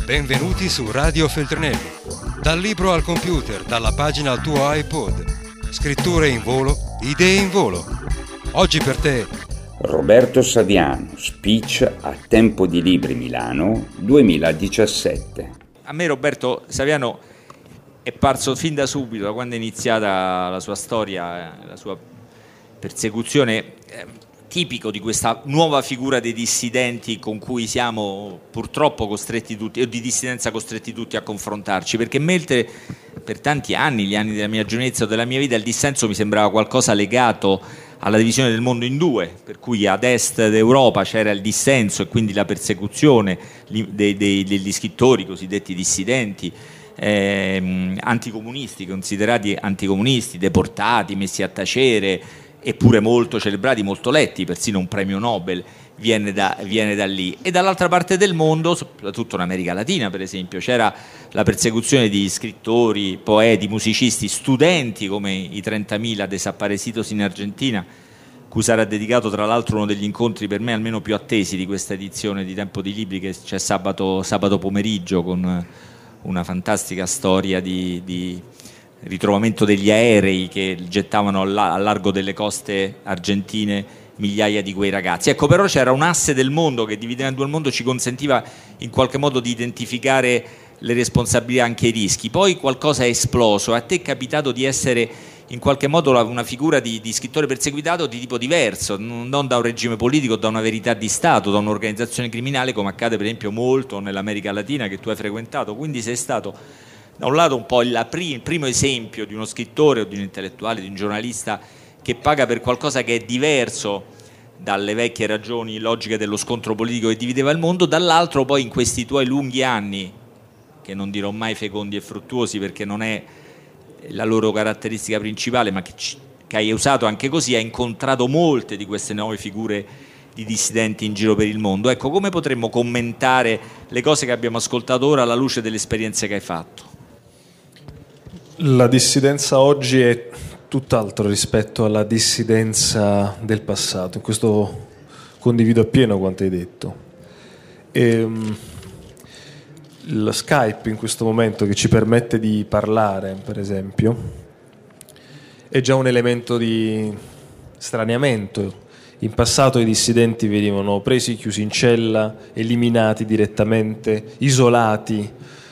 Benvenuti su Radio Feltrinelli. Dal libro al computer, dalla pagina al tuo iPod. Scritture in volo, idee in volo. Oggi per te Roberto Saviano, speech a Tempo di Libri Milano 2017. A me Roberto Saviano è parso fin da subito, da quando è iniziata la sua storia, la sua persecuzione, tipico di questa nuova figura dei dissidenti con cui siamo purtroppo costretti tutti, o di dissidenza costretti tutti a confrontarci, perché mentre per tanti anni, gli anni della mia giovinezza o della mia vita, il dissenso mi sembrava qualcosa legato alla divisione del mondo in due, per cui ad est d'Europa c'era il dissenso e quindi la persecuzione degli scrittori cosiddetti dissidenti, anticomunisti, considerati anticomunisti, deportati, messi a tacere, eppure molto celebrati, molto letti, persino un premio Nobel viene da lì. E dall'altra parte del mondo, soprattutto in America Latina per esempio, c'era la persecuzione di scrittori, poeti, musicisti, studenti, come i 30.000 desaparecidos in Argentina, cui sarà dedicato tra l'altro uno degli incontri per me almeno più attesi di questa edizione di Tempo di Libri, che c'è sabato pomeriggio, con una fantastica storia di ritrovamento degli aerei che gettavano al largo delle coste argentine migliaia di quei ragazzi. Ecco, però c'era un asse del mondo che divideva in due il mondo, ci consentiva in qualche modo di identificare le responsabilità, anche i rischi. Poi qualcosa è esploso. A te è capitato di essere in qualche modo una figura di scrittore perseguitato di tipo diverso, non da un regime politico, da una verità di Stato, da un'organizzazione criminale, come accade per esempio molto nell'America Latina che tu hai frequentato. Quindi sei stato da un lato un po' il primo esempio di uno scrittore o di un intellettuale, di un giornalista che paga per qualcosa che è diverso dalle vecchie ragioni logiche dello scontro politico che divideva il mondo, dall'altro poi in questi tuoi lunghi anni, che non dirò mai fecondi e fruttuosi perché non è la loro caratteristica principale, ma che hai usato anche così, hai incontrato molte di queste nuove figure di dissidenti in giro per il mondo. Ecco, come potremmo commentare le cose che abbiamo ascoltato ora alla luce delle esperienze che hai fatto? La dissidenza oggi è tutt'altro rispetto alla dissidenza del passato. In questo condivido appieno quanto hai detto. Lo Skype in questo momento, che ci permette di parlare, per esempio, è già un elemento di straniamento. In passato i dissidenti venivano presi, chiusi in cella, eliminati direttamente, isolati.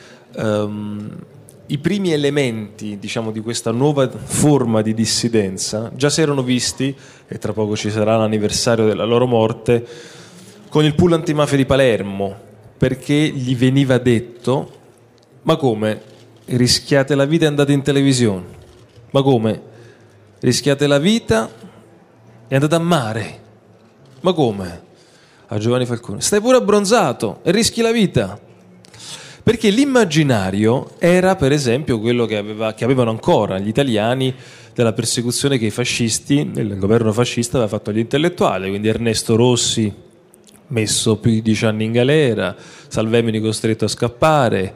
I primi elementi, diciamo, di questa nuova forma di dissidenza già si erano visti, e tra poco ci sarà l'anniversario della loro morte, con il pool antimafia di Palermo, perché gli veniva detto: ma come? Rischiate la vita e andate in televisione? Ma come? Rischiate la vita e andate a mare? Ma come? A Giovanni Falcone: stai pure abbronzato e rischi la vita. Perché l'immaginario era, per esempio, quello che avevano ancora gli italiani della persecuzione che i fascisti, il governo fascista, aveva fatto agli intellettuali. Quindi Ernesto Rossi messo più di 10 anni in galera, Salvemini costretto a scappare,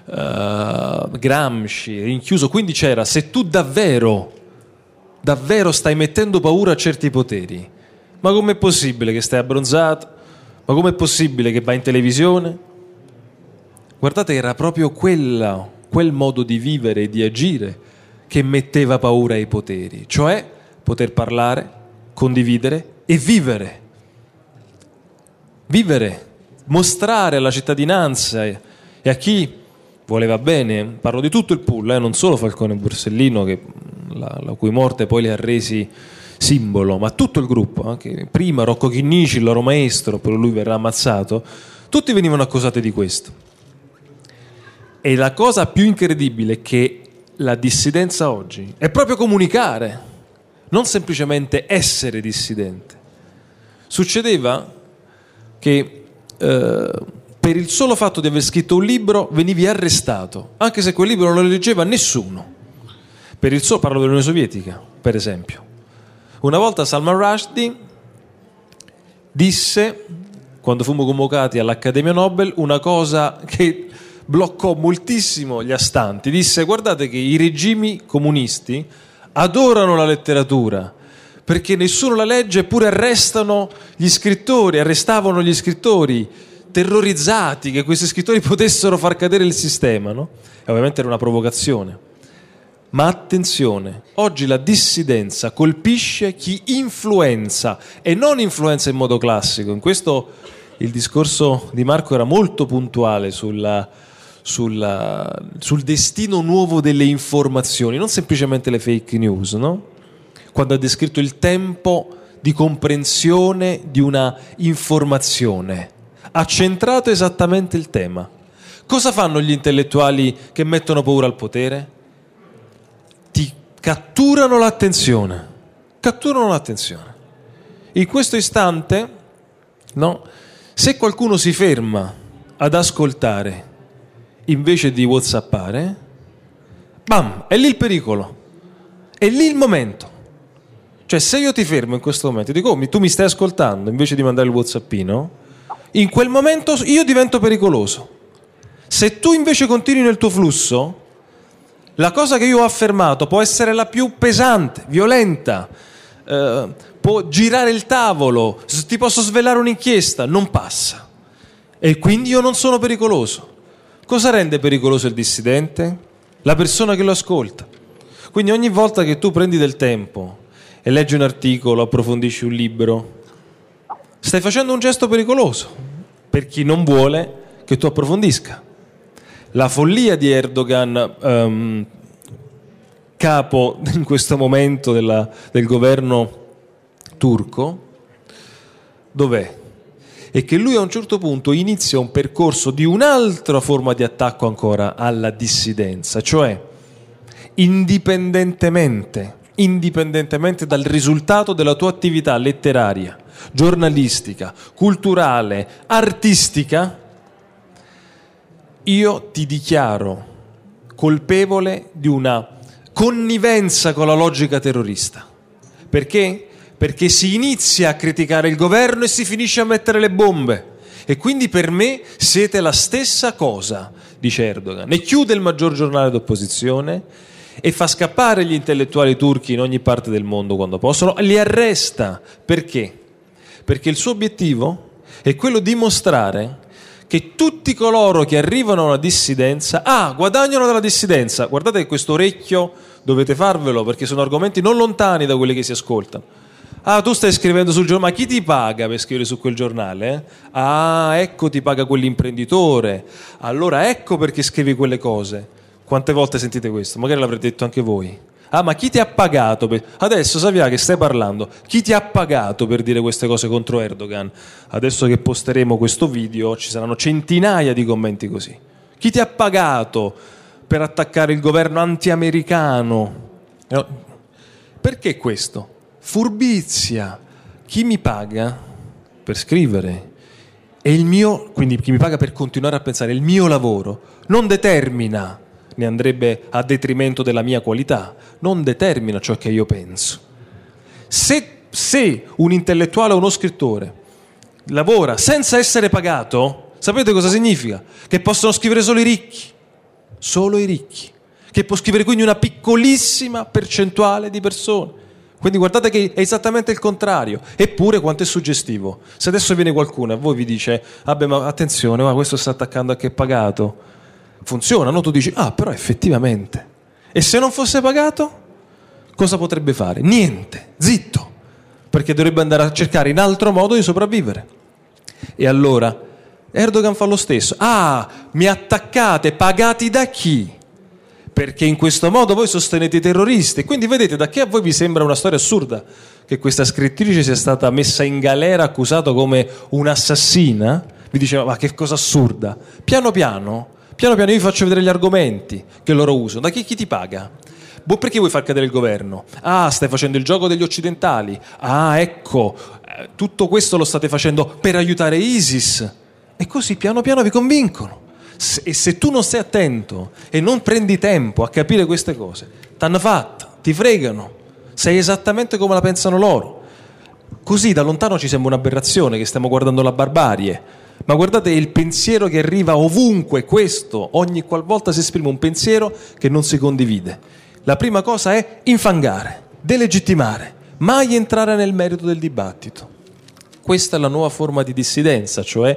Gramsci rinchiuso. Quindi c'era: se tu davvero stai mettendo paura a certi poteri, ma com'è possibile che stai abbronzato? Ma com'è possibile che vai in televisione? Guardate, era proprio quel modo di vivere e di agire che metteva paura ai poteri, cioè poter parlare, condividere e vivere. Vivere, mostrare alla cittadinanza e a chi voleva bene, parlo di tutto il pool, non solo Falcone e Borsellino, che la cui morte poi li ha resi simbolo, ma tutto il gruppo, anche prima Rocco Chinnici, il loro maestro, però lui verrà ammazzato, tutti venivano accusati di questo. E la cosa più incredibile è che la dissidenza oggi è proprio comunicare, non semplicemente essere dissidente. Succedeva che per il solo fatto di aver scritto un libro venivi arrestato, anche se quel libro non lo leggeva nessuno. Parlo dell'Unione Sovietica, per esempio. Una volta Salman Rushdie disse, quando fummo convocati all'Accademia Nobel, una cosa che bloccò moltissimo gli astanti. Disse: guardate che i regimi comunisti adorano la letteratura perché nessuno la legge, eppure arrestavano gli scrittori terrorizzati che questi scrittori potessero far cadere il sistema, no? E ovviamente era una provocazione. Ma attenzione, oggi la dissidenza colpisce chi influenza e non influenza in modo classico. In questo il discorso di Marco era molto puntuale sul destino nuovo delle informazioni, non semplicemente le fake news, no? Quando ha descritto il tempo di comprensione di una informazione, ha centrato esattamente il tema. Cosa fanno gli intellettuali che mettono paura al potere? Ti catturano l'attenzione. Catturano l'attenzione. In questo istante, no? Se qualcuno si ferma ad ascoltare invece di whatsappare, bam, è lì il pericolo, è lì il momento. Cioè, se io ti fermo in questo momento e dico, oh, tu mi stai ascoltando invece di mandare il whatsappino, in quel momento io divento pericoloso. Se tu invece continui nel tuo flusso, la cosa che io ho affermato può essere la più pesante, violenta, può girare il tavolo, ti posso svelare un'inchiesta, non passa. E quindi io non sono pericoloso. Cosa rende pericoloso il dissidente? La persona che lo ascolta. Quindi ogni volta che tu prendi del tempo e leggi un articolo, approfondisci un libro, stai facendo un gesto pericoloso per chi non vuole che tu approfondisca. La follia di Erdogan, capo in questo momento del governo turco, dov'è? È che lui a un certo punto inizia un percorso di un'altra forma di attacco ancora alla dissidenza, cioè indipendentemente dal risultato della tua attività letteraria, giornalistica, culturale, artistica, io ti dichiaro colpevole di una connivenza con la logica terrorista. Perché? Perché si inizia a criticare il governo e si finisce a mettere le bombe. E quindi per me siete la stessa cosa, dice Erdogan. E chiude il maggior giornale d'opposizione e fa scappare gli intellettuali turchi in ogni parte del mondo quando possono, li arresta. Perché? Perché il suo obiettivo è quello di dimostrare che tutti coloro che arrivano a una dissidenza, guadagnano dalla dissidenza. Guardate che questo orecchio dovete farvelo, perché sono argomenti non lontani da quelli che si ascoltano. Tu stai scrivendo sul giornale, ma chi ti paga per scrivere su quel giornale? Ecco, ti paga quell'imprenditore. Allora ecco perché scrivi quelle cose. Quante volte sentite questo? Magari l'avrete detto anche voi. Ma chi ti ha pagato? Adesso sappiamo che stai parlando. Chi ti ha pagato per dire queste cose contro Erdogan? Adesso che posteremo questo video ci saranno centinaia di commenti così. Chi ti ha pagato per attaccare il governo anti-americano? Perché questo? Furbizia. Chi mi paga per scrivere è il mio, quindi chi mi paga per continuare a pensare, il mio lavoro non determina, ne andrebbe a detrimento della mia qualità, non determina ciò che io penso. Se un intellettuale o uno scrittore lavora senza essere pagato, sapete cosa significa? Che possono scrivere solo i ricchi, che può scrivere quindi una piccolissima percentuale di persone. Quindi guardate che è esattamente il contrario. Eppure quanto è suggestivo. Se adesso viene qualcuno e a voi vi dice vabbè, ma attenzione, ma questo sta attaccando a che è pagato, funziona, no? Tu dici però effettivamente. E se non fosse pagato, cosa potrebbe fare? Niente, zitto, perché dovrebbe andare a cercare in altro modo di sopravvivere. E allora Erdogan fa lo stesso. Mi attaccate, pagati da chi? Perché in questo modo voi sostenete i terroristi. Quindi vedete, da che a voi vi sembra una storia assurda che questa scrittrice sia stata messa in galera accusata come un'assassina, vi diceva ma che cosa assurda. Piano piano io vi faccio vedere gli argomenti che loro usano. Da chi ti paga? Perché vuoi far cadere il governo? Stai facendo il gioco degli occidentali. Ecco, tutto questo lo state facendo per aiutare ISIS. E così piano piano vi convincono. E se tu non stai attento e non prendi tempo a capire queste cose, t'hanno fatta, ti fregano, sei esattamente come la pensano loro. Così da lontano ci sembra un'aberrazione, che stiamo guardando la barbarie, ma guardate il pensiero che arriva ovunque, questo, ogni qualvolta si esprime un pensiero che non si condivide. La prima cosa è infangare, delegittimare, mai entrare nel merito del dibattito. Questa è la nuova forma di dissidenza, cioè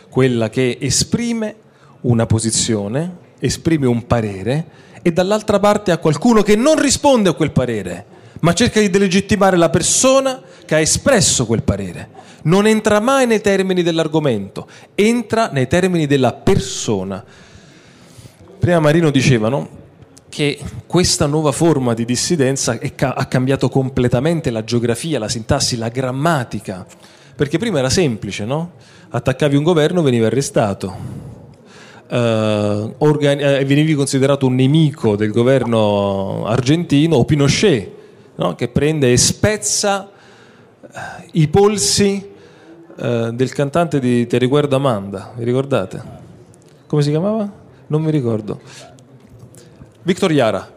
quella che esprime una posizione, esprime un parere, e dall'altra parte ha qualcuno che non risponde a quel parere, ma cerca di delegittimare la persona che ha espresso quel parere. Non entra mai nei termini dell'argomento, entra nei termini della persona. Prima Marino dicevano che questa nuova forma di dissidenza ha cambiato completamente la geografia, la sintassi, la grammatica, perché prima era semplice, no? Attaccavi un governo, venivi arrestato, venivi considerato un nemico del governo argentino, o Pinochet, no? Che prende e spezza i polsi del cantante di Te ricordo Amanda, vi ricordate? Come si chiamava? Non mi ricordo. Victor Jara,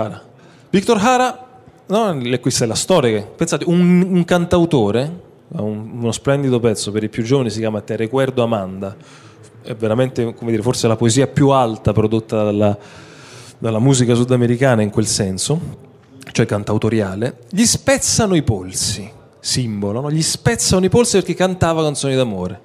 no? Questa è la storia. Pensate, un cantautore, uno splendido pezzo per i più giovani, si chiama Te ricordo Amanda, è veramente, come dire, forse la poesia più alta prodotta dalla musica sudamericana in quel senso, cioè cantautoriale. Gli spezzano i polsi, simbolo, no? Gli spezzano i polsi perché cantava canzoni d'amore.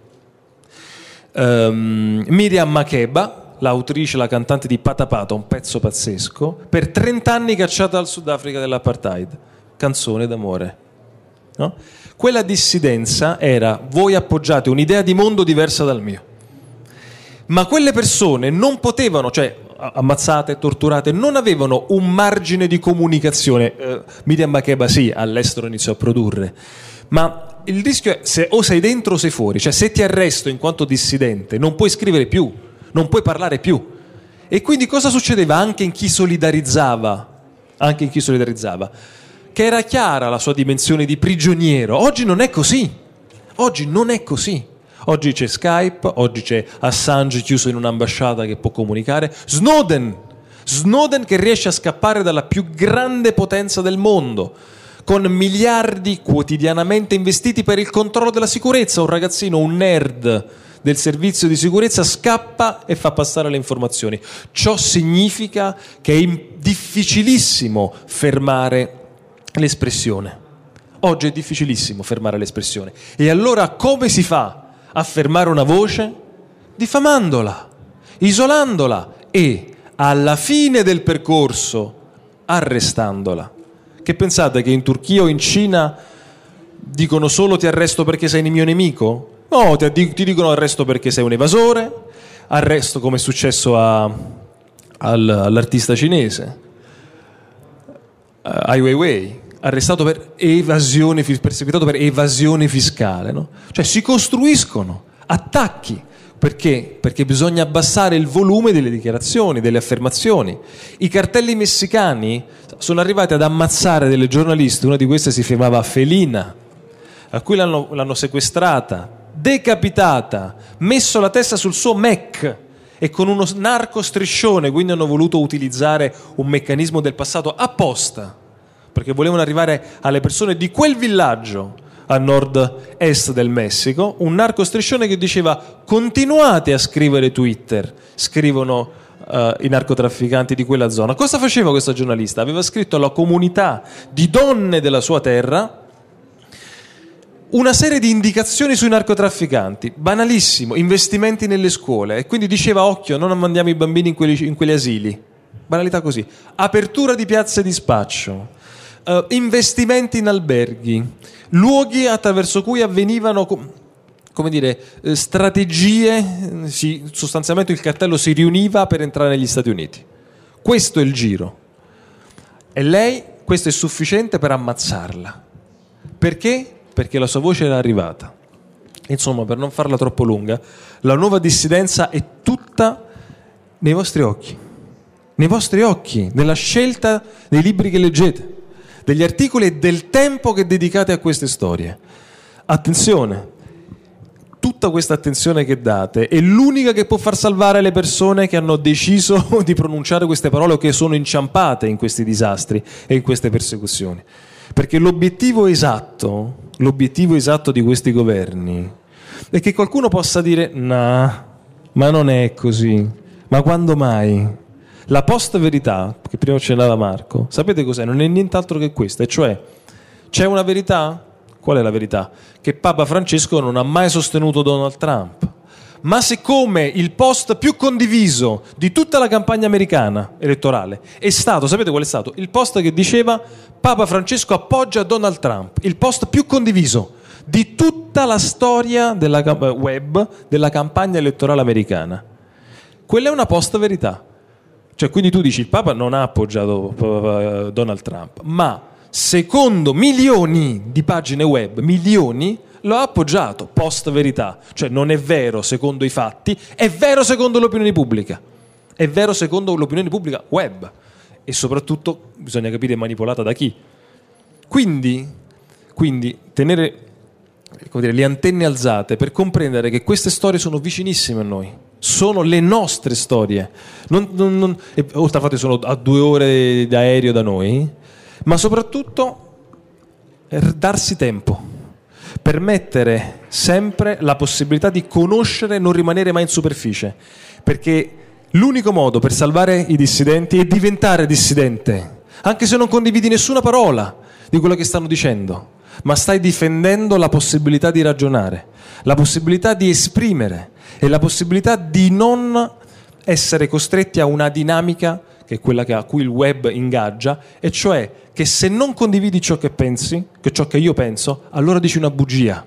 Miriam Makeba, l'autrice, la cantante di Patapata, un pezzo pazzesco, per 30 anni cacciata dal Sudafrica dell'apartheid, canzone d'amore, no? Quella dissidenza era: voi appoggiate un'idea di mondo diversa dal mio, ma quelle persone non potevano, cioè ammazzate, torturate, non avevano un margine di comunicazione. Miriam Makeba sì, all'estero iniziò a produrre, ma il rischio è o sei dentro o sei fuori, cioè se ti arresto in quanto dissidente non puoi scrivere più, non puoi parlare più. E quindi cosa succedeva anche in chi solidarizzava? Che era chiara la sua dimensione di prigioniero. Oggi non è così. Oggi c'è Skype, oggi c'è Assange chiuso in un'ambasciata che può comunicare, Snowden che riesce a scappare dalla più grande potenza del mondo, con miliardi quotidianamente investiti per il controllo della sicurezza. Un ragazzino, un nerd del servizio di sicurezza, scappa e fa passare le informazioni. Ciò significa che è difficilissimo fermare l'espressione. Oggi è difficilissimo fermare l'espressione. E allora come si fa a fermare una voce? Diffamandola, isolandola e alla fine del percorso arrestandola. Che pensate che in Turchia o in Cina dicono solo ti arresto perché sei il mio nemico? No, ti dicono arresto perché sei un evasore, arresto come è successo all'artista cinese, Ai Weiwei, arrestato per evasione, perseguitato per evasione fiscale, no? Cioè si costruiscono attacchi. Perché? Perché bisogna abbassare il volume delle dichiarazioni, delle affermazioni. I cartelli messicani sono arrivati ad ammazzare delle giornaliste, una di queste si chiamava Felina, a cui l'hanno sequestrata, decapitata, messo la testa sul suo Mac e con uno narco striscione, quindi hanno voluto utilizzare un meccanismo del passato apposta, perché volevano arrivare alle persone di quel villaggio a nord-est del Messico, un narco striscione che diceva continuate a scrivere Twitter, scrivono i narcotrafficanti di quella zona. Cosa faceva questa giornalista? Aveva scritto alla comunità di donne della sua terra una serie di indicazioni sui narcotrafficanti, banalissimo, investimenti nelle scuole, e quindi diceva occhio, non mandiamo i bambini in quegli asili, banalità così, apertura di piazze di spaccio, investimenti in alberghi, luoghi attraverso cui avvenivano, come dire, strategie, sostanzialmente il cartello si riuniva per entrare negli Stati Uniti. Questo è il giro. E lei, questo è sufficiente per ammazzarla. Perché? Perché la sua voce era arrivata. Insomma, per non farla troppo lunga, la nuova dissidenza è tutta nei vostri occhi. Nei vostri occhi, nella scelta dei libri che leggete, degli articoli e del tempo che dedicate a queste storie. Attenzione, tutta questa attenzione che date è l'unica che può far salvare le persone che hanno deciso di pronunciare queste parole o che sono inciampate in questi disastri e in queste persecuzioni. Perché l'obiettivo esatto di questi governi è che qualcuno possa dire no, ma non è così, ma quando mai? La post-verità, che prima accennava Marco, sapete cos'è? Non è nient'altro che questa, e cioè c'è una verità. Qual è la verità? Che Papa Francesco non ha mai sostenuto Donald Trump, Ma siccome il post più condiviso di tutta la campagna americana elettorale è stato, sapete qual è stato? Il post che diceva Papa Francesco appoggia Donald Trump, il post più condiviso di tutta la storia della web della campagna elettorale americana. Quella è una post verità. Cioè, quindi tu dici il Papa non ha appoggiato Donald Trump, ma secondo milioni di pagine web, milioni, lo ha appoggiato, post verità. Cioè non è vero secondo i fatti, è vero secondo l'opinione pubblica, è vero secondo l'opinione pubblica web, e soprattutto bisogna capire manipolata da chi. Quindi tenere, come dire, le antenne alzate per comprendere che queste storie sono vicinissime a noi, sono le nostre storie. Oltre al fatto che sono a 2 ore d'aereo da noi, ma soprattutto darsi tempo, permettere sempre la possibilità di conoscere e non rimanere mai in superficie, perché l'unico modo per salvare i dissidenti è diventare dissidente, anche se non condividi nessuna parola di quello che stanno dicendo, ma stai difendendo la possibilità di ragionare, la possibilità di esprimere e la possibilità di non essere costretti a una dinamica che è quella a cui il web ingaggia, e cioè che se non condividi ciò che pensi, che ciò che io penso, allora dici una bugia.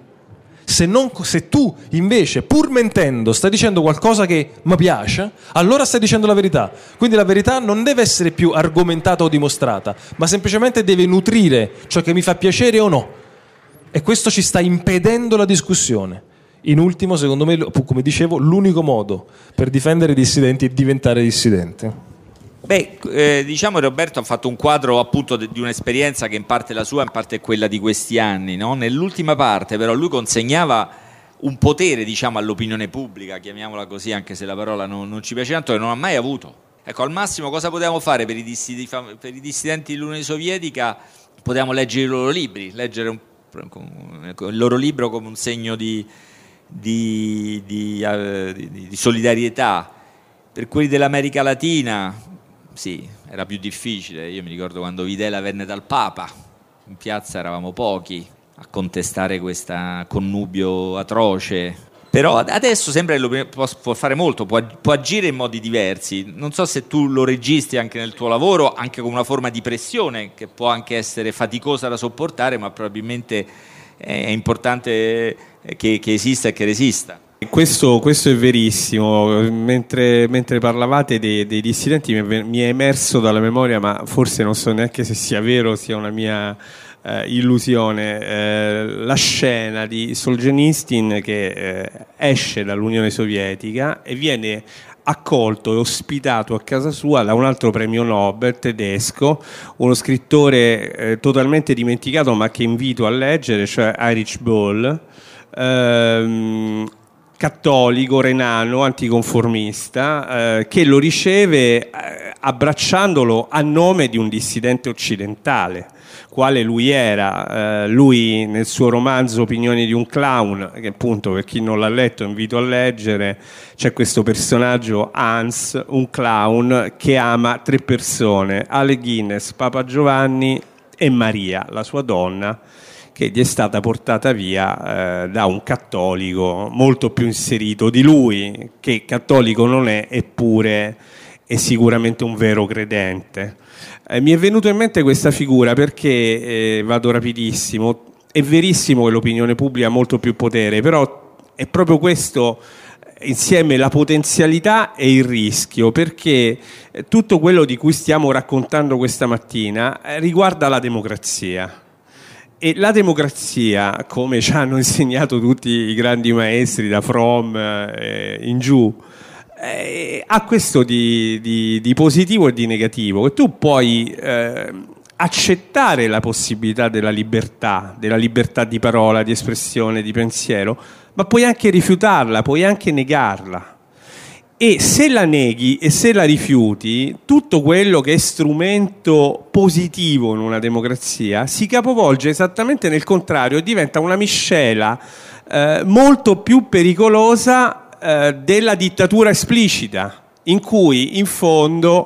Se tu invece, pur mentendo, stai dicendo qualcosa che mi piace, allora stai dicendo la verità. Quindi la verità non deve essere più argomentata o dimostrata, ma semplicemente deve nutrire ciò che mi fa piacere o no. E questo ci sta impedendo la discussione. In ultimo, secondo me, come dicevo, l'unico modo per difendere i dissidenti è diventare dissidente. Diciamo che Roberto ha fatto un quadro appunto di un'esperienza che in parte è la sua, in parte è quella di questi anni, no? Nell'ultima parte però lui consegnava un potere, diciamo, all'opinione pubblica, chiamiamola così, anche se la parola non ci piace tanto, che non ha mai avuto. Ecco, al massimo cosa potevamo fare per i dissidenti dell'Unione Sovietica? Potevamo leggere i loro libri, leggere il loro libro come un segno di solidarietà. Per quelli dell'America Latina sì, era più difficile. Io mi ricordo quando Videla venne dal Papa, in piazza eravamo pochi a contestare questo connubio atroce. Però adesso sembra che può fare molto, può agire in modi diversi. Non so se tu lo registri anche nel tuo lavoro, anche con una forma di pressione che può anche essere faticosa da sopportare, ma probabilmente è importante che esista e che resista. Questo è verissimo. Mentre parlavate dei dissidenti mi è emerso dalla memoria, ma forse non so neanche se sia vero o sia una mia illusione, la scena di Solzhenitsyn che esce dall'Unione Sovietica e viene accolto e ospitato a casa sua da un altro premio Nobel tedesco, uno scrittore totalmente dimenticato ma che invito a leggere, cioè Erich Böll, cattolico, renano, anticonformista, che lo riceve abbracciandolo a nome di un dissidente occidentale, quale lui era. Lui nel suo romanzo Opinioni di un clown, che appunto per chi non l'ha letto invito a leggere, c'è questo personaggio Hans, un clown che ama 3 persone, Alec Guinness, Papa Giovanni e Maria, la sua donna, che gli è stata portata via da un cattolico molto più inserito di lui, che cattolico non è, eppure è sicuramente un vero credente. Mi è venuto in mente questa figura perché, vado rapidissimo, è verissimo che l'opinione pubblica ha molto più potere, però è proprio questo insieme la potenzialità e il rischio, perché tutto quello di cui stiamo raccontando questa mattina riguarda la democrazia. E la democrazia, come ci hanno insegnato tutti i grandi maestri da Fromm in giù, ha questo di positivo e di negativo, che tu puoi accettare la possibilità della libertà di parola, di espressione, di pensiero, ma puoi anche rifiutarla, puoi anche negarla. E se la neghi e se la rifiuti, tutto quello che è strumento positivo in una democrazia si capovolge esattamente nel contrario e diventa una miscela molto più pericolosa della dittatura esplicita, in cui in fondo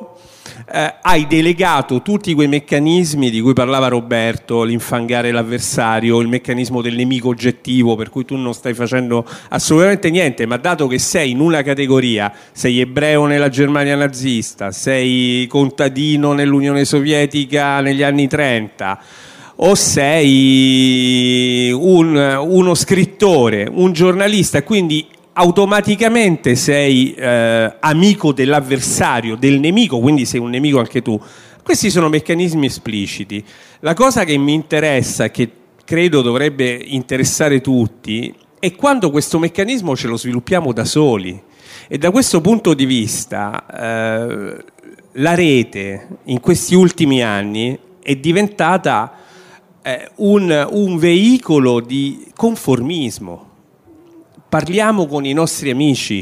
hai delegato tutti quei meccanismi di cui parlava Roberto, l'infangare l'avversario, il meccanismo del nemico oggettivo, per cui tu non stai facendo assolutamente niente, ma dato che sei in una categoria, sei ebreo nella Germania nazista, sei contadino nell'Unione Sovietica negli anni 30, o sei uno scrittore, un giornalista, quindi automaticamente sei amico dell'avversario, del nemico, quindi sei un nemico anche tu. Questi sono meccanismi espliciti. La cosa che mi interessa, che credo dovrebbe interessare tutti, è quando questo meccanismo ce lo sviluppiamo da soli. E da questo punto di vista la rete in questi ultimi anni è diventata un veicolo di conformismo. Parliamo con i nostri amici,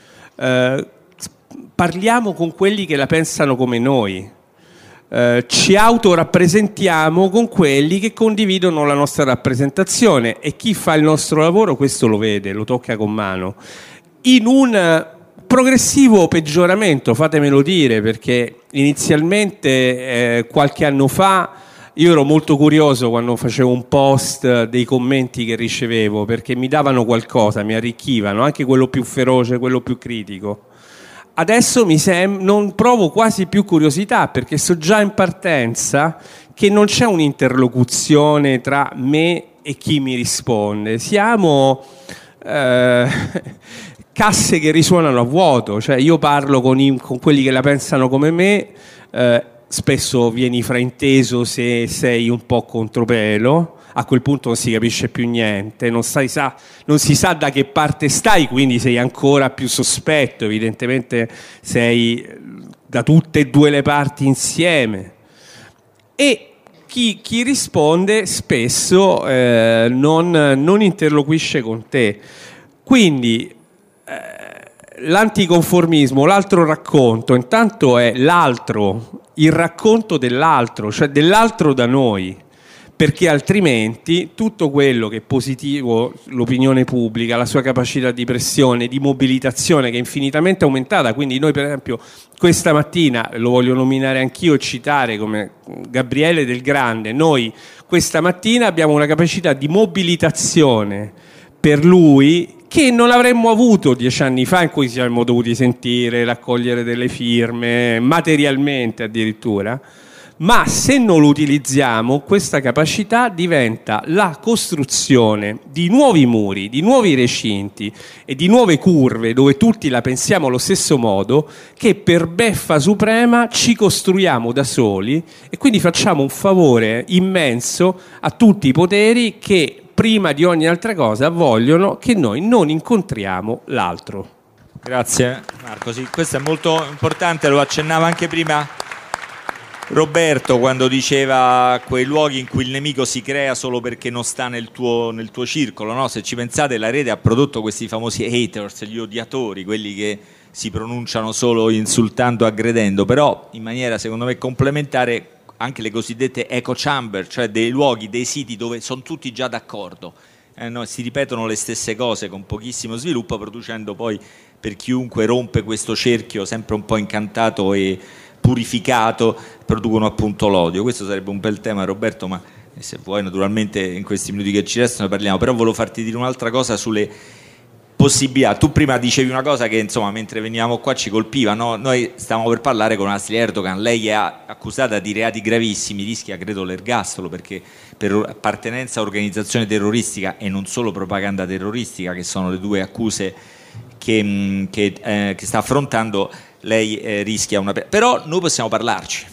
parliamo con quelli che la pensano come noi, ci autorappresentiamo con quelli che condividono la nostra rappresentazione, e chi fa il nostro lavoro questo lo vede, lo tocca con mano, in un progressivo peggioramento, fatemelo dire, perché inizialmente qualche anno fa io ero molto curioso quando facevo un post dei commenti che ricevevo, perché mi davano qualcosa, mi arricchivano, anche quello più feroce, quello più critico. Adesso non provo quasi più curiosità, perché so già in partenza che non c'è un'interlocuzione tra me e chi mi risponde. Siamo casse che risuonano a vuoto, cioè io parlo con quelli che la pensano come me, spesso vieni frainteso se sei un po' contropelo, a quel punto non si capisce più niente, non si sa da che parte stai, quindi sei ancora più sospetto, evidentemente sei da tutte e due le parti insieme. E chi risponde spesso non interloquisce con te. Quindi l'anticonformismo, l'altro racconto, intanto è l'altro, il racconto dell'altro, cioè dell'altro da noi, perché altrimenti tutto quello che è positivo, l'opinione pubblica, la sua capacità di pressione, di mobilitazione, che è infinitamente aumentata. Quindi noi, per esempio, questa mattina, lo voglio nominare anch'io e citare come Gabriele Del Grande, noi questa mattina abbiamo una capacità di mobilitazione per lui che non avremmo avuto 10 anni fa, in cui ci saremmo dovuti sentire, raccogliere delle firme, materialmente addirittura. Ma se non lo utilizziamo, questa capacità diventa la costruzione di nuovi muri, di nuovi recinti e di nuove curve dove tutti la pensiamo allo stesso modo, che per beffa suprema ci costruiamo da soli, e quindi facciamo un favore immenso a tutti i poteri che prima di ogni altra cosa vogliono che noi non incontriamo l'altro. Grazie Marco, sì, questo è molto importante, lo accennava anche prima Roberto quando diceva quei luoghi in cui il nemico si crea solo perché non sta nel tuo circolo, no? Se ci pensate, la rete ha prodotto questi famosi haters, gli odiatori, quelli che si pronunciano solo insultando, aggredendo, però in maniera secondo me complementare anche le cosiddette echo chamber, cioè dei luoghi, dei siti dove sono tutti già d'accordo, no? Si ripetono le stesse cose con pochissimo sviluppo, producendo poi per chiunque rompe questo cerchio sempre un po' incantato e purificato, producono appunto l'odio. Questo sarebbe un bel tema, Roberto, ma se vuoi naturalmente in questi minuti che ci restano parliamo. Però volevo farti dire un'altra cosa sulle possibilità. Tu prima dicevi una cosa che insomma mentre venivamo qua ci colpiva, no? Noi stavamo per parlare con Asli Erdogan, lei è accusata di reati gravissimi, rischia credo l'ergastolo perché per appartenenza a organizzazione terroristica e non solo propaganda terroristica, che sono le due accuse che sta affrontando. Lei rischia una... Però noi possiamo parlarci.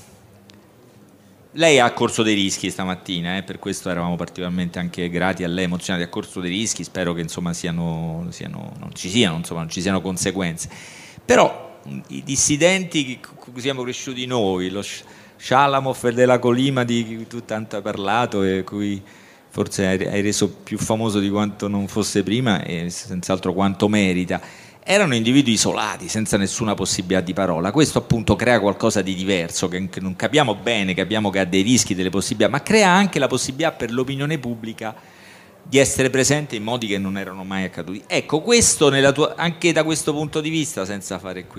Lei ha corso dei rischi stamattina, per questo eravamo particolarmente anche grati a lei, emozionati, ha corso dei rischi, spero che insomma non ci siano conseguenze. Però i dissidenti con cui siamo cresciuti noi, lo Shalamov della Colima di cui tu tanto hai parlato e cui forse hai reso più famoso di quanto non fosse prima e senz'altro quanto merita, erano individui isolati, senza nessuna possibilità di parola. Questo appunto crea qualcosa di diverso, che non capiamo bene, capiamo che ha dei rischi, delle possibilità, ma crea anche la possibilità per l'opinione pubblica di essere presente in modi che non erano mai accaduti. Ecco, questo anche da questo punto di vista, senza fare qui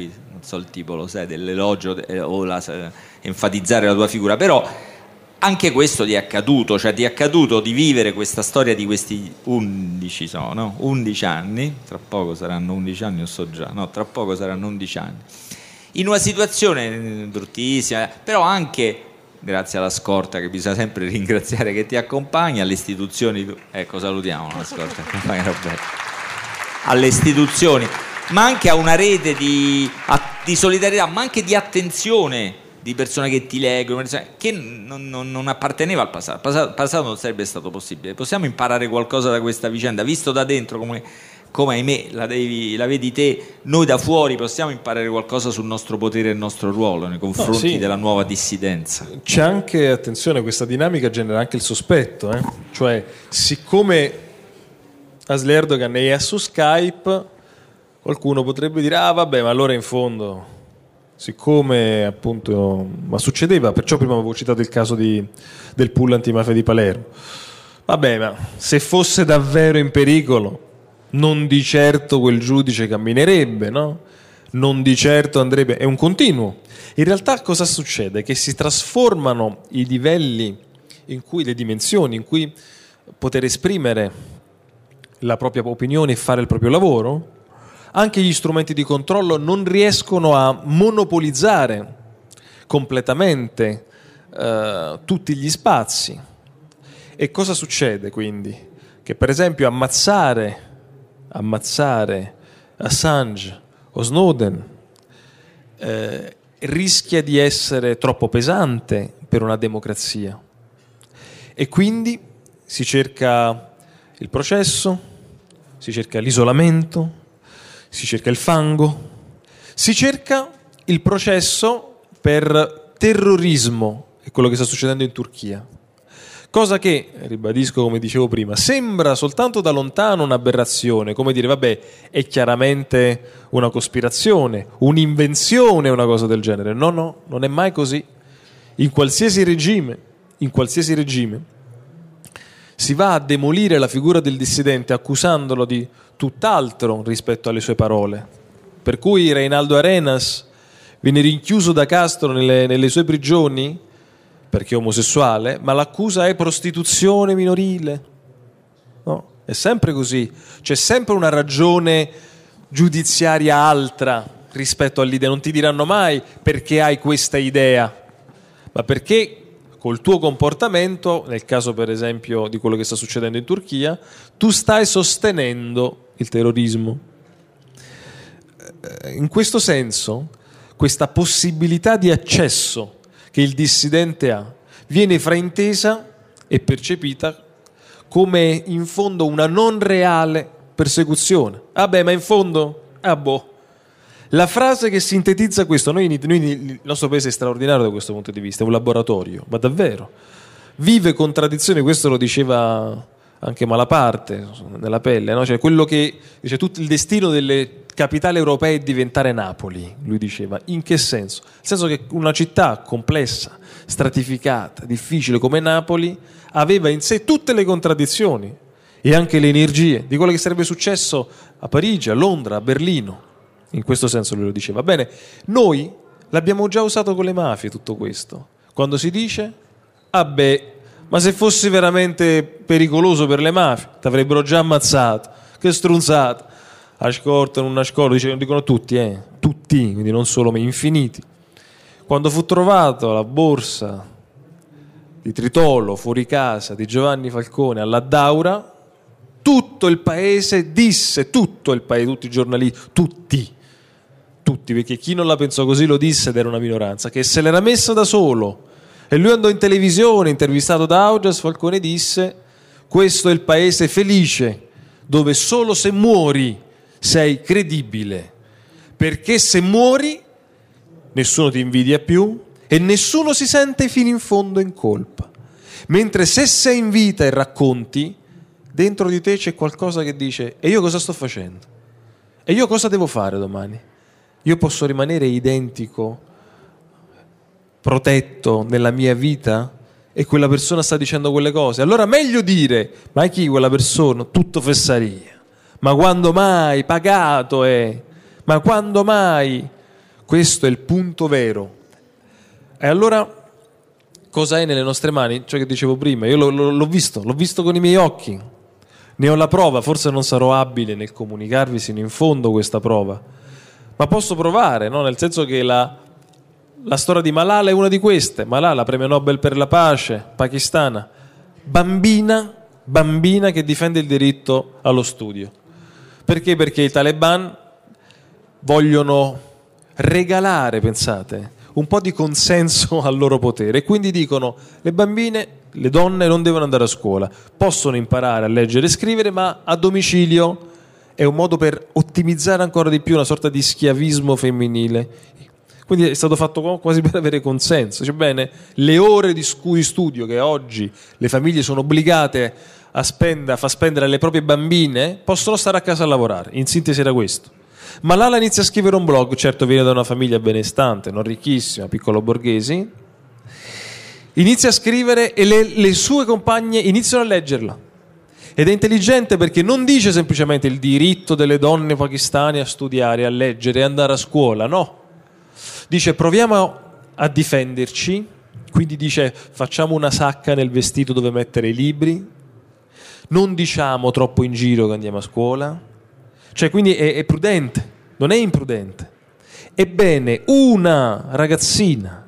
so il tipo, lo sai, dell'elogio o enfatizzare la tua figura, però anche questo ti è accaduto, cioè ti è accaduto di vivere questa storia di questi 11 anni, tra poco saranno 11 anni, tra poco saranno 11 anni, in una situazione bruttissima, però anche grazie alla scorta che bisogna sempre ringraziare che ti accompagna, alle istituzioni, ecco, salutiamo la scorta, alle istituzioni, ma anche a una rete di solidarietà, ma anche di attenzione di persone che ti leggono, che non apparteneva al passato. Il passato non sarebbe stato possibile. Possiamo imparare qualcosa da questa vicenda, visto da dentro come ahimè la vedi te, noi da fuori possiamo imparare qualcosa sul nostro potere e il nostro ruolo nei confronti della nuova dissidenza. C'è anche, attenzione, questa dinamica genera anche il sospetto, cioè siccome Asli Erdogan è su Skype, qualcuno potrebbe dire vabbè, ma allora in fondo, siccome appunto, ma succedeva, perciò prima avevo citato il caso del pool antimafia di Palermo, vabbè, ma se fosse davvero in pericolo non di certo quel giudice camminerebbe, no? Non di certo andrebbe, è un continuo. In realtà cosa succede? Che si trasformano i livelli in cui, le dimensioni in cui poter esprimere la propria opinione e fare il proprio lavoro. Anche gli strumenti di controllo non riescono a monopolizzare completamente tutti gli spazi. E cosa succede quindi? Che per esempio ammazzare Assange o Snowden rischia di essere troppo pesante per una democrazia, e quindi si cerca il processo, si cerca l'isolamento, si cerca il fango, si cerca il processo per terrorismo, è quello che sta succedendo in Turchia. Cosa che, ribadisco come dicevo prima, sembra soltanto da lontano un'aberrazione, come dire vabbè, è chiaramente una cospirazione, un'invenzione, una cosa del genere. No, non è mai così. In qualsiasi regime si va a demolire la figura del dissidente accusandolo di tutt'altro rispetto alle sue parole. Per cui Reinaldo Arenas viene rinchiuso da Castro nelle sue prigioni perché è omosessuale, ma l'accusa è prostituzione minorile. No, è sempre così. C'è sempre una ragione giudiziaria altra rispetto all'idea. Non ti diranno mai perché hai questa idea, ma perché col tuo comportamento, nel caso per esempio di quello che sta succedendo in Turchia, tu stai sostenendo il terrorismo. In questo senso, questa possibilità di accesso che il dissidente ha viene fraintesa e percepita come in fondo una non reale persecuzione. Ma in fondo, La frase che sintetizza questo, il nostro paese è straordinario da questo punto di vista, è un laboratorio, ma davvero. Vive contraddizioni, questo lo diceva anche Malaparte nella pelle, no? Cioè quello che dice tutto il destino delle capitali europee è diventare Napoli, lui diceva. In che senso? Nel senso che una città complessa, stratificata, difficile come Napoli aveva in sé tutte le contraddizioni e anche le energie di quello che sarebbe successo a Parigi, a Londra, a Berlino. In questo senso lui lo diceva. Bene, noi l'abbiamo già usato con le mafie tutto questo. Quando si dice ma se fossi veramente pericoloso per le mafie ti avrebbero già ammazzato, che strunzata, ascoltano una scorta, dicono tutti, quindi non solo me, infiniti. Quando fu trovato la borsa di Tritolo fuori casa di Giovanni Falcone all'Addaura, tutto il paese disse, tutti i giornalisti, tutti, perché chi non la pensò così lo disse ed era una minoranza, che se l'era messa da solo. E lui andò in televisione, intervistato da Augias, Falcone disse: questo è il paese felice, dove solo se muori sei credibile, perché se muori nessuno ti invidia più e nessuno si sente fino in fondo in colpa. Mentre se sei in vita e racconti, dentro di te c'è qualcosa che dice: e io cosa sto facendo? E io cosa devo fare domani? Io posso rimanere identico, protetto nella mia vita, e quella persona sta dicendo quelle cose? Allora meglio dire: ma chi quella persona? Tutto fesseria. Ma quando mai? Pagato è. Ma quando mai? Questo è il punto vero. E allora cosa è nelle nostre mani? Ciò che dicevo prima, io l'ho visto con i miei occhi, ne ho la prova, forse non sarò abile nel comunicarvi sino in fondo questa prova, ma posso provare, no? Nel senso che la storia di Malala è una di queste. Malala, premio Nobel per la pace, pakistana, bambina che difende il diritto allo studio. Perché? Perché i Taliban vogliono regalare, pensate, un po' di consenso al loro potere e quindi dicono: le bambine, le donne non devono andare a scuola, possono imparare a leggere e scrivere, ma a domicilio. È un modo per ottimizzare ancora di più una sorta di schiavismo femminile. Quindi è stato fatto quasi per avere consenso. Cioè, bene, le ore di studio che oggi le famiglie sono obbligate a far spendere alle proprie bambine possono stare a casa a lavorare. In sintesi era questo. Malala inizia a scrivere un blog, certo viene da una famiglia benestante, non ricchissima, piccolo borghesi, inizia a scrivere e le sue compagne iniziano a leggerla. Ed è intelligente perché non dice semplicemente il diritto delle donne pakistane a studiare, a leggere e andare a scuola, no. Dice proviamo a difenderci, quindi dice facciamo una sacca nel vestito dove mettere i libri, non diciamo troppo in giro che andiamo a scuola. Cioè, quindi è prudente, non è imprudente. Ebbene, una ragazzina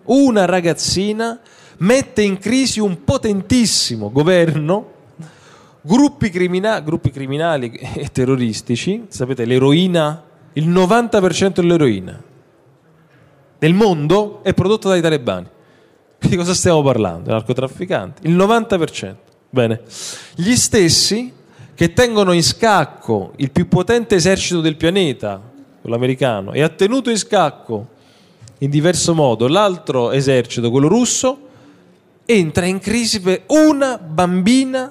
mette in crisi un potentissimo governo, gruppi criminali e terroristici. Sapete, l'eroina, il 90% dell'eroina nel mondo è prodotta dai talebani. Di cosa stiamo parlando? Narcotrafficanti, il 90%. Bene, gli stessi che tengono in scacco il più potente esercito del pianeta, quello americano, e ha tenuto in scacco in diverso modo l'altro esercito, quello russo, entra in crisi per una bambina,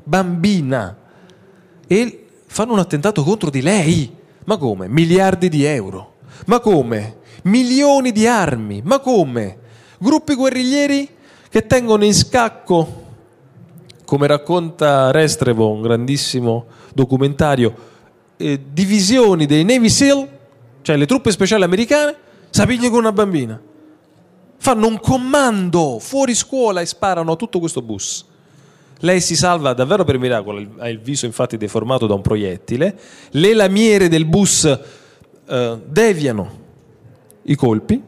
e fanno un attentato contro di lei. Ma come? Miliardi di euro. Ma come? Milioni di armi. Ma come? Gruppi guerriglieri che tengono in scacco, come racconta Restrepo, un grandissimo documentario, divisioni dei Navy SEAL, cioè le truppe speciali americane, sapiglio con una bambina. Fanno un comando fuori scuola e sparano a tutto questo bus. Lei si salva davvero per miracolo, ha il viso infatti deformato da un proiettile, le lamiere del bus deviano i colpi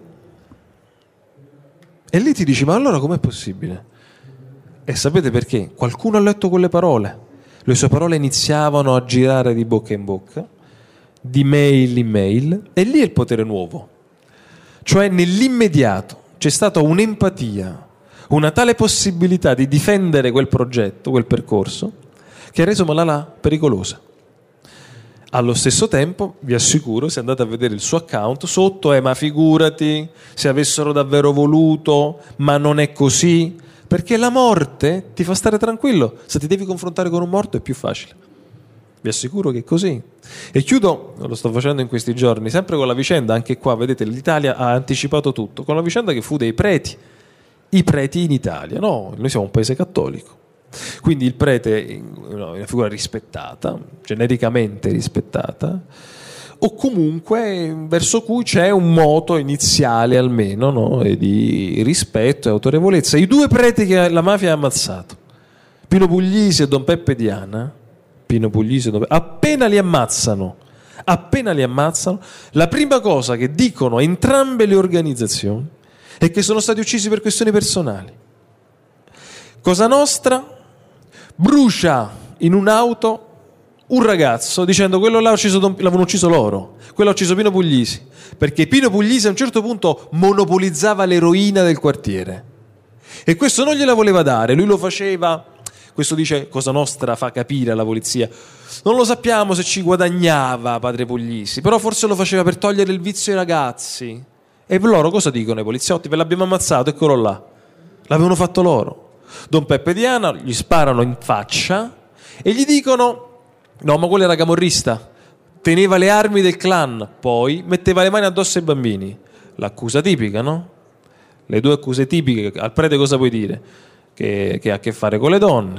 e lì ti dici: ma allora com'è possibile? E sapete perché? Qualcuno ha letto quelle parole. Le sue parole iniziavano a girare di bocca in bocca, di mail in mail, e lì è il potere nuovo. Cioè nell'immediato c'è stata un'empatia, una tale possibilità di difendere quel progetto, quel percorso, che ha reso Malala pericolosa. Allo stesso tempo, vi assicuro, se andate a vedere il suo account, sotto è: ma figurati se avessero davvero voluto, ma non è così. Perché la morte ti fa stare tranquillo. Se ti devi confrontare con un morto è più facile. Vi assicuro che è così. E chiudo, lo sto facendo in questi giorni, sempre con la vicenda, anche qua, vedete, l'Italia ha anticipato tutto, con la vicenda che fu dei preti. I preti in Italia, no? Noi siamo un paese cattolico. Quindi il prete è una figura rispettata, genericamente rispettata, o comunque verso cui c'è un moto iniziale almeno, no? E di rispetto e autorevolezza. I due preti che la mafia ha ammazzato, Pino Puglisi e Don Peppe Diana, appena li ammazzano, la prima cosa che dicono entrambe le organizzazioni è che sono stati uccisi per questioni personali. Cosa Nostra brucia in un'auto un ragazzo dicendo: quello là l'avevano ucciso loro, quello ha ucciso Pino Puglisi, perché Pino Puglisi a un certo punto monopolizzava l'eroina del quartiere e questo non gliela voleva dare, lui lo faceva. Questo dice Cosa Nostra, fa capire alla polizia: non lo sappiamo se ci guadagnava padre Puglisi, però forse lo faceva per togliere il vizio ai ragazzi. E loro cosa dicono i poliziotti? Ve l'abbiamo ammazzato, eccolo là, l'avevano fatto loro. Don Peppe Diana gli sparano in faccia e gli dicono: no, ma quello era camorrista, teneva le armi del clan, poi metteva le mani addosso ai bambini. L'accusa tipica, no? Le due accuse tipiche. Al prete cosa puoi dire? Che ha a che fare con le donne.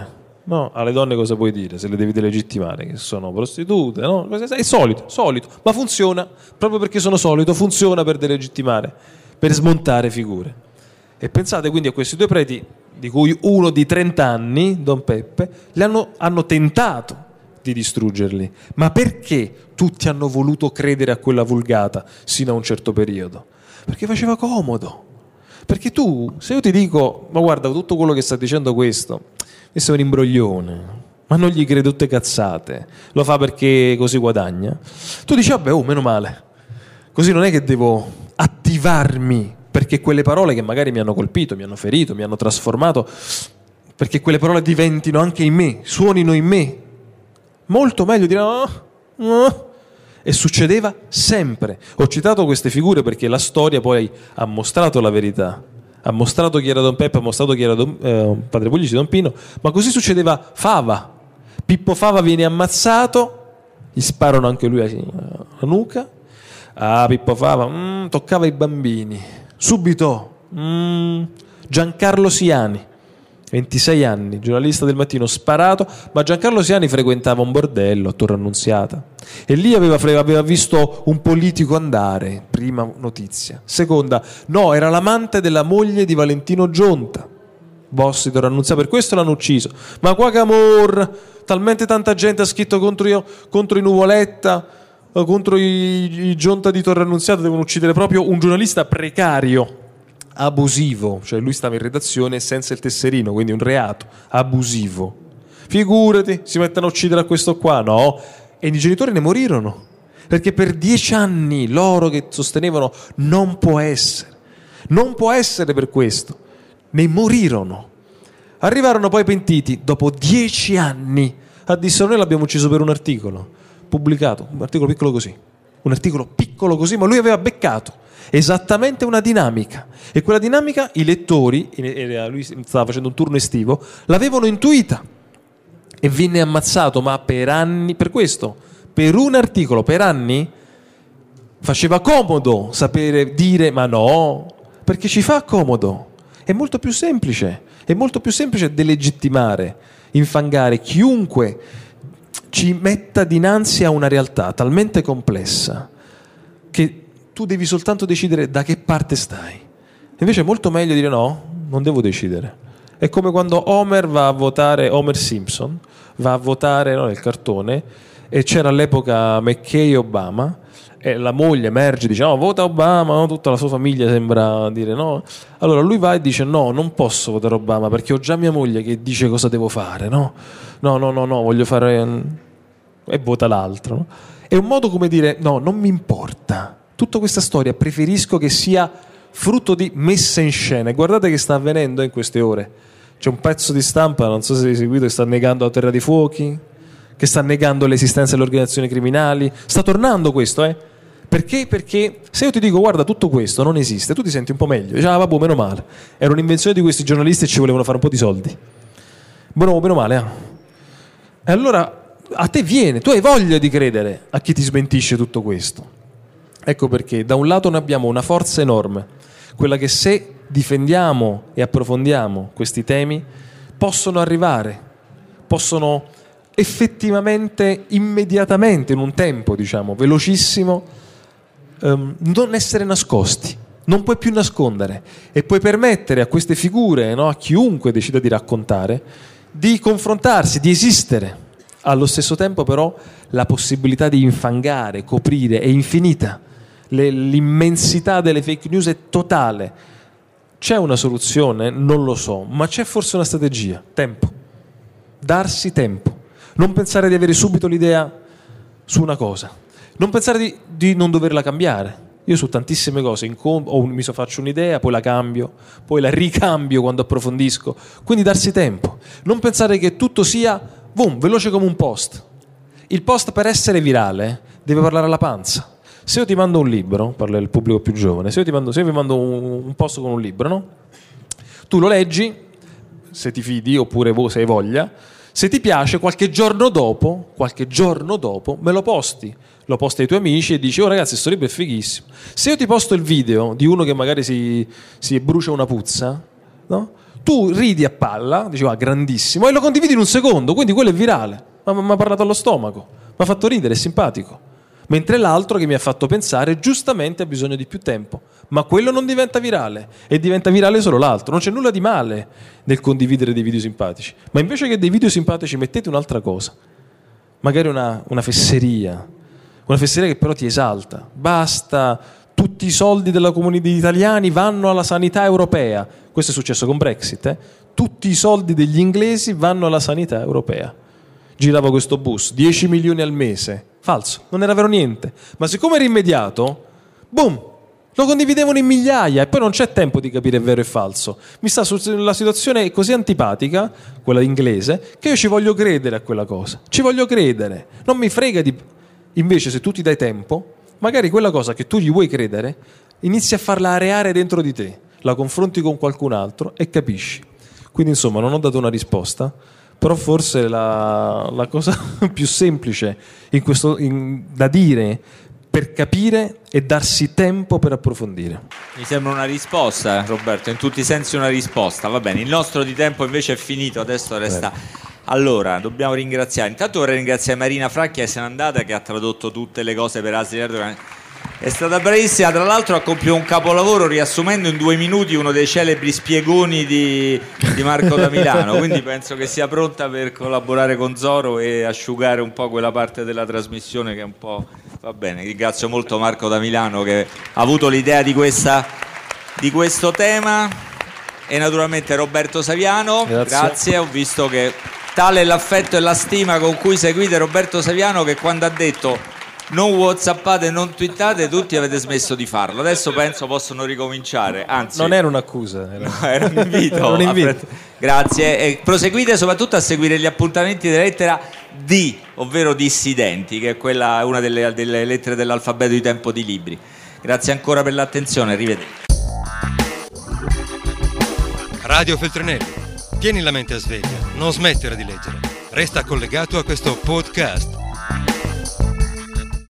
No? Alle donne cosa puoi dire se le devi delegittimare? Che sono prostitute, no? È solito, ma funziona, proprio perché sono solito, funziona per delegittimare, per smontare figure. E pensate quindi a questi due preti, di cui uno di 30 anni, Don Peppe, hanno tentato di distruggerli. Ma perché tutti hanno voluto credere a quella vulgata sino a un certo periodo? Perché faceva comodo. Perché tu, se io ti dico, ma guarda, tutto quello che sta dicendo questo è un imbroglione, ma non gli crede tutte cazzate, lo fa perché così guadagna, tu dici, vabbè, meno male, così non è che devo attivarmi, perché quelle parole che magari mi hanno colpito, mi hanno ferito, mi hanno trasformato, perché quelle parole diventino anche in me, suonino in me, molto meglio dire no. E succedeva sempre. Ho citato queste figure perché la storia poi ha mostrato la verità, ha mostrato chi era Don Peppe, ha mostrato chi era Padre Puglisi, Don Pino, ma così succedeva Fava. Pippo Fava viene ammazzato, gli sparano anche lui alla nuca. Pippo Fava toccava i bambini subito. Giancarlo Siani, 26 anni, giornalista del Mattino, sparato, ma Giancarlo Siani frequentava un bordello a Torre Annunziata e lì aveva visto un politico andare, prima notizia. Seconda, no, era l'amante della moglie di Valentino Gionta, boss di Torre Annunziata, per questo l'hanno ucciso. Ma qua che amor, talmente tanta gente ha scritto contro i Nuvoletta, contro i Gionta di Torre Annunziata, devono uccidere proprio un giornalista precario, abusivo, cioè lui stava in redazione senza il tesserino, quindi un reato abusivo. Figurati, si mettono a uccidere a questo qua, no? E i genitori ne morirono, perché per 10 anni loro che sostenevano non può essere per questo, ne morirono. Arrivarono poi pentiti dopo 10 anni a dire: noi l'abbiamo ucciso per un articolo pubblicato, un articolo piccolo così, ma lui aveva beccato esattamente una dinamica, e quella dinamica i lettori, lui stava facendo un turno estivo, l'avevano intuita e venne ammazzato, ma per anni, per questo, per un articolo, per anni faceva comodo sapere dire ma no, perché ci fa comodo, è molto più semplice delegittimare, infangare chiunque ci metta dinanzi a una realtà talmente complessa che tu devi soltanto decidere da che parte stai. Invece è molto meglio dire no, non devo decidere. È come quando Homer Simpson va a votare, no, nel cartone, e c'era all'epoca McKay e Obama, e la moglie emerge e dice no, vota Obama, no? Tutta la sua famiglia sembra dire no. Allora lui va e dice no, non posso votare Obama perché ho già mia moglie che dice cosa devo fare, no, voglio fare, e vota l'altro, no? È un modo come dire no, non mi importa. Tutta questa storia preferisco che sia frutto di messa in scena, e guardate che sta avvenendo in queste ore. C'è un pezzo di stampa, non so se avete seguito, che sta negando la terra dei fuochi, che sta negando l'esistenza delle organizzazioni criminali. Sta tornando questo, Perché? Perché se io ti dico guarda tutto questo non esiste, tu ti senti un po' meglio, dici vabbè, meno male, era un'invenzione di questi giornalisti e ci volevano fare un po' di soldi, meno male. E allora a te viene, tu hai voglia di credere a chi ti smentisce tutto questo. Ecco perché da un lato noi abbiamo una forza enorme, quella che se difendiamo e approfondiamo questi temi possono effettivamente, immediatamente, in un tempo velocissimo, non essere nascosti. Non puoi più nascondere e puoi permettere a queste figure, no, a chiunque decida di raccontare, di confrontarsi, di esistere. Allo stesso tempo però la possibilità di infangare, coprire è infinita. L'immensità delle fake news è totale. C'è una soluzione? Non lo so, ma c'è forse una strategia: tempo, darsi tempo, non pensare di avere subito l'idea su una cosa, non pensare di non doverla cambiare. Io su tantissime cose faccio un'idea, poi la cambio, poi la ricambio quando approfondisco, quindi darsi tempo, non pensare che tutto sia veloce come un post. Il post, per essere virale, deve parlare alla panza. Se io ti mando un libro, parlo del pubblico più giovane, se io vi mando un post con un libro, no? Tu lo leggi, se ti fidi, oppure se hai voglia, se ti piace, qualche giorno dopo me lo posti ai tuoi amici e dici: oh ragazzi, questo libro è fighissimo. Se io ti posto il video di uno che magari si brucia una puzza, no? Tu ridi a palla, dicevo grandissimo, e lo condividi in un secondo, quindi quello è virale. Ma mi ha parlato allo stomaco, mi ha fatto ridere, è simpatico. Mentre l'altro che mi ha fatto pensare giustamente ha bisogno di più tempo, ma quello non diventa virale, e diventa virale solo l'altro. Non c'è nulla di male nel condividere dei video simpatici, ma invece che dei video simpatici mettete un'altra cosa, magari una fesseria che però ti esalta. Basta, tutti i soldi della comunità di italiani vanno alla sanità europea. Questo è successo con Brexit, tutti i soldi degli inglesi vanno alla sanità europea. Girava questo bus, 10 milioni al mese. Falso, non era vero niente. Ma siccome era immediato, boom, lo condividevano in migliaia, e poi non c'è tempo di capire vero e falso. La situazione è così antipatica, quella inglese, che io ci voglio credere a quella cosa. Ci voglio credere. Non mi frega di... Invece, se tu ti dai tempo, magari quella cosa che tu gli vuoi credere, inizi a farla areare dentro di te, la confronti con qualcun altro e capisci. Quindi, insomma, non ho dato una risposta, però forse la cosa più semplice da dire per capire e darsi tempo per approfondire. Mi sembra una risposta, Roberto, in tutti i sensi una risposta. Va bene, il nostro di tempo invece è finito, adesso resta... Allora, dobbiamo ringraziare. Intanto vorrei ringraziare Marina Fracchia, che se n'è andata, che ha tradotto tutte le cose per Asli Erdogan. È stata bravissima, tra l'altro ha compiuto un capolavoro riassumendo in 2 minuti uno dei celebri spiegoni di Marco da Milano, quindi penso che sia pronta per collaborare con Zoro e asciugare un po' quella parte della trasmissione che è un po'... Va bene, ringrazio molto Marco da Milano che ha avuto l'idea di questo tema, e naturalmente Roberto Saviano. Grazie. Ho visto che tale è l'affetto e la stima con cui seguite Roberto Saviano che quando ha detto non whatsappate, non twittate, tutti avete smesso di farlo. Adesso penso possono ricominciare. Anzi, non era un'accusa, era un invito. Grazie, e proseguite soprattutto a seguire gli appuntamenti della lettera D, ovvero Dissidenti, che è una delle lettere dell'alfabeto di Tempo di Libri. Grazie ancora per l'attenzione, arrivederci. Radio Feltrinelli, tieni la mente a sveglia, non smettere di leggere. Resta collegato a questo podcast.